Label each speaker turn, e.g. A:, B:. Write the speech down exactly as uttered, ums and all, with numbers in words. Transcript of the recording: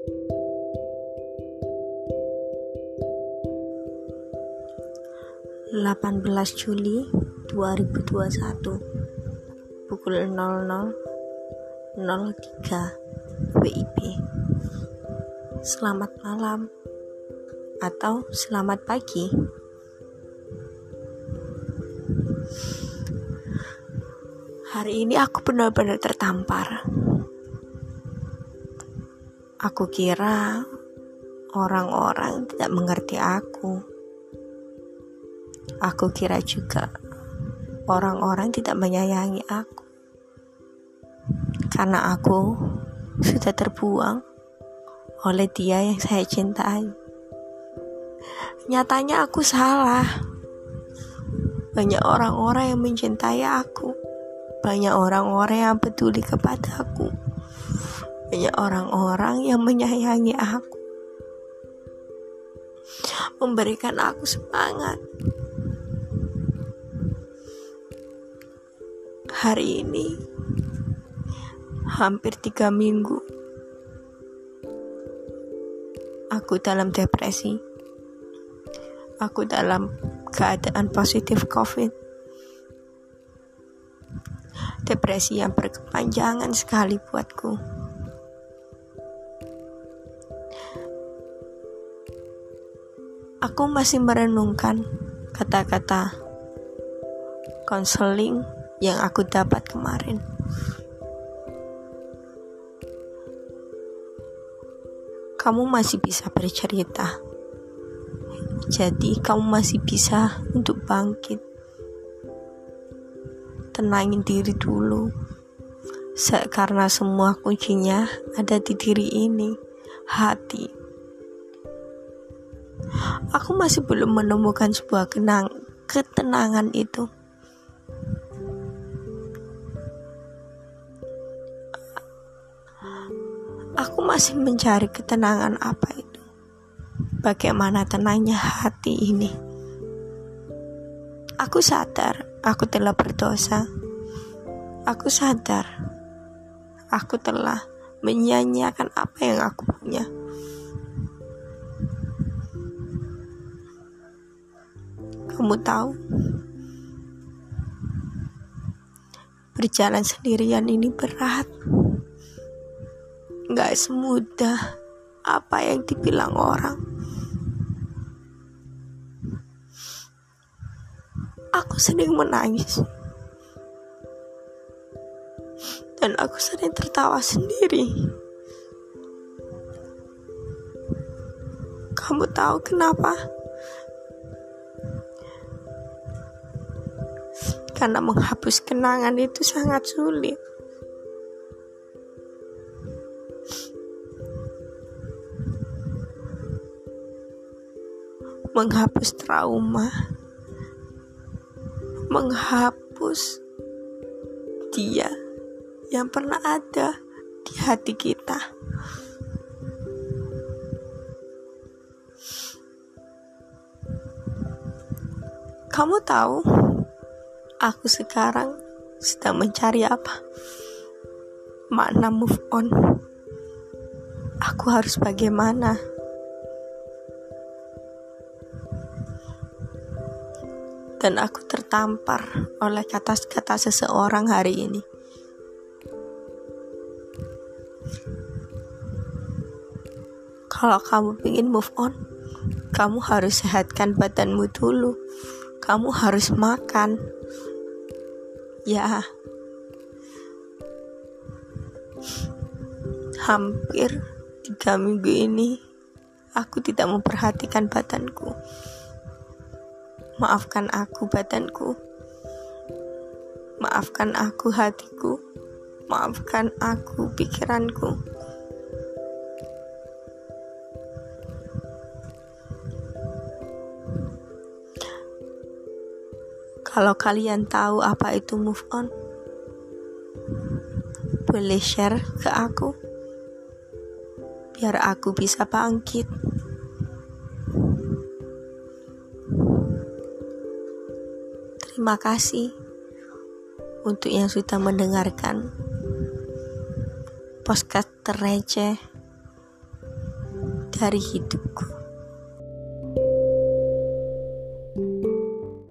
A: delapan belas Juli dua ribu dua puluh satu pukul nol nol nol tiga W I B. Selamat malam atau selamat pagi. Hari ini aku benar-benar tertampar. Aku kira orang-orang tidak mengerti aku. Aku kira juga orang-orang tidak menyayangi aku karena aku sudah terbuang oleh dia yang saya cintai. Nyatanya aku salah. Banyak orang-orang yang mencintai aku. Banyak orang-orang yang peduli kepadaku. Banyak orang-orang yang menyayangi aku, memberikan aku semangat. Hari ini hampir tiga minggu aku dalam depresi. Aku dalam keadaan positif COVID. Depresi yang berkepanjangan sekali buatku. Aku masih merenungkan kata-kata konseling yang aku dapat kemarin. Kamu masih bisa bercerita. Jadi kamu masih bisa untuk bangkit. Tenangin diri dulu. Se- karena semua kuncinya ada di diri ini, hati. Aku masih belum menemukan sebuah kenang- ketenangan itu. Aku masih mencari ketenangan apa itu. Bagaimana tenangnya hati ini. Aku sadar aku telah berdosa. Aku sadar aku telah menyia-nyiakan apa yang aku punya. Kamu tahu, berjalan sendirian ini berat. Gak semudah apa yang dibilang orang. Aku sering menangis. Dan aku sering tertawa sendiri. Kamu tahu kenapa? Karena menghapus kenangan itu sangat sulit. Menghapus trauma, menghapus dia yang pernah ada di hati kita. Kamu tahu, aku sekarang sedang mencari apa? Makna move on. Aku harus bagaimana? Dan aku tertampar oleh kata-kata seseorang hari ini. Kalau kamu ingin move on, kamu harus sehatkan badanmu dulu. Kamu harus makan. Ya, hampir tiga minggu ini aku tidak memperhatikan badanku. Maafkan aku badanku. Maafkan aku hatiku. Maafkan aku pikiranku. Kalau kalian tahu apa itu move on, boleh share ke aku biar aku bisa bangkit. Terima kasih untuk yang sudah mendengarkan podcast terreceh dari hidupku.